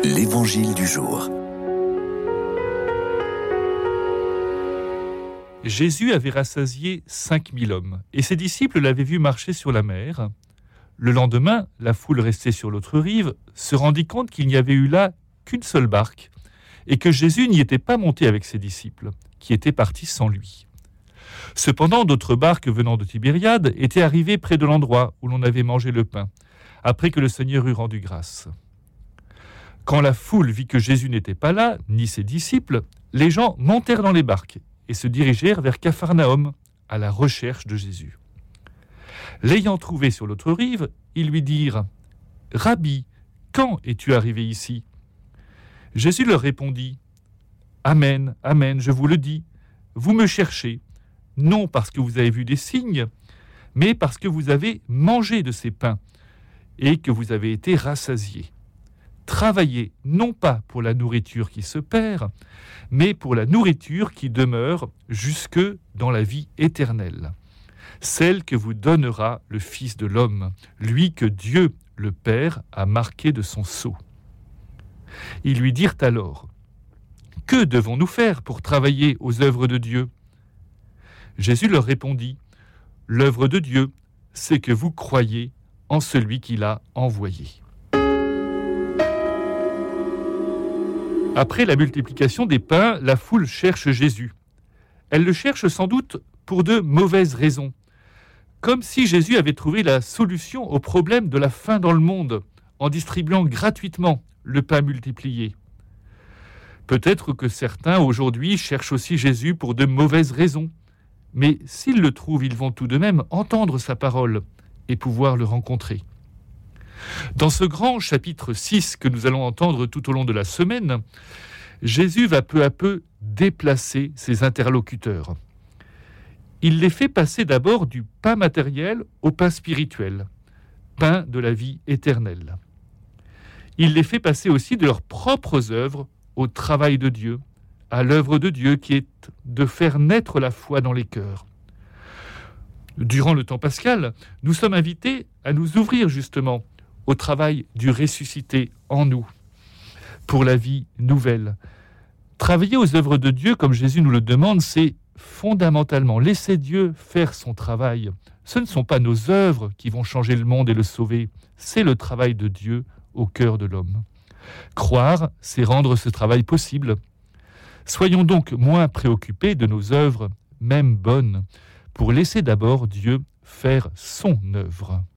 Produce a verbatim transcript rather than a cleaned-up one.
L'Évangile du jour. Jésus avait rassasié cinq mille hommes, et ses disciples l'avaient vu marcher sur la mer. Le lendemain, la foule restée sur l'autre rive se rendit compte qu'il n'y avait eu là qu'une seule barque, et que Jésus n'y était pas monté avec ses disciples, qui étaient partis sans lui. Cependant, d'autres barques venant de Tibériade étaient arrivées près de l'endroit où l'on avait mangé le pain, après que le Seigneur eut rendu grâce. Quand la foule vit que Jésus n'était pas là, ni ses disciples, les gens montèrent dans les barques et se dirigèrent vers Capharnaüm, à la recherche de Jésus. L'ayant trouvé sur l'autre rive, ils lui dirent « Rabbi, quand es-tu arrivé ici ?» Jésus leur répondit « Amen, amen, je vous le dis, vous me cherchez, non parce que vous avez vu des signes, mais parce que vous avez mangé de ces pains et que vous avez été rassasiés. Travaillez non pas pour la nourriture qui se perd, mais pour la nourriture qui demeure jusque dans la vie éternelle, celle que vous donnera le Fils de l'homme, lui que Dieu, le Père, a marqué de son sceau. » Ils lui dirent alors « Que devons-nous faire pour travailler aux œuvres de Dieu ?» Jésus leur répondit « L'œuvre de Dieu, c'est que vous croyez en celui qui l'a envoyé. » Après la multiplication des pains, la foule cherche Jésus. Elle le cherche sans doute pour de mauvaises raisons, comme si Jésus avait trouvé la solution au problème de la faim dans le monde en distribuant gratuitement le pain multiplié. Peut-être que certains aujourd'hui cherchent aussi Jésus pour de mauvaises raisons, mais s'ils le trouvent, ils vont tout de même entendre sa parole et pouvoir le rencontrer. Dans ce grand chapitre six que nous allons entendre tout au long de la semaine, Jésus va peu à peu déplacer ses interlocuteurs. Il les fait passer d'abord du pain matériel au pain spirituel, pain de la vie éternelle. Il les fait passer aussi de leurs propres œuvres au travail de Dieu, à l'œuvre de Dieu qui est de faire naître la foi dans les cœurs. Durant le temps pascal, nous sommes invités à nous ouvrir justement au travail du ressuscité en nous, pour la vie nouvelle. Travailler aux œuvres de Dieu, comme Jésus nous le demande, c'est fondamentalement laisser Dieu faire son travail. Ce ne sont pas nos œuvres qui vont changer le monde et le sauver, c'est le travail de Dieu au cœur de l'homme. Croire, c'est rendre ce travail possible. Soyons donc moins préoccupés de nos œuvres, même bonnes, pour laisser d'abord Dieu faire son œuvre.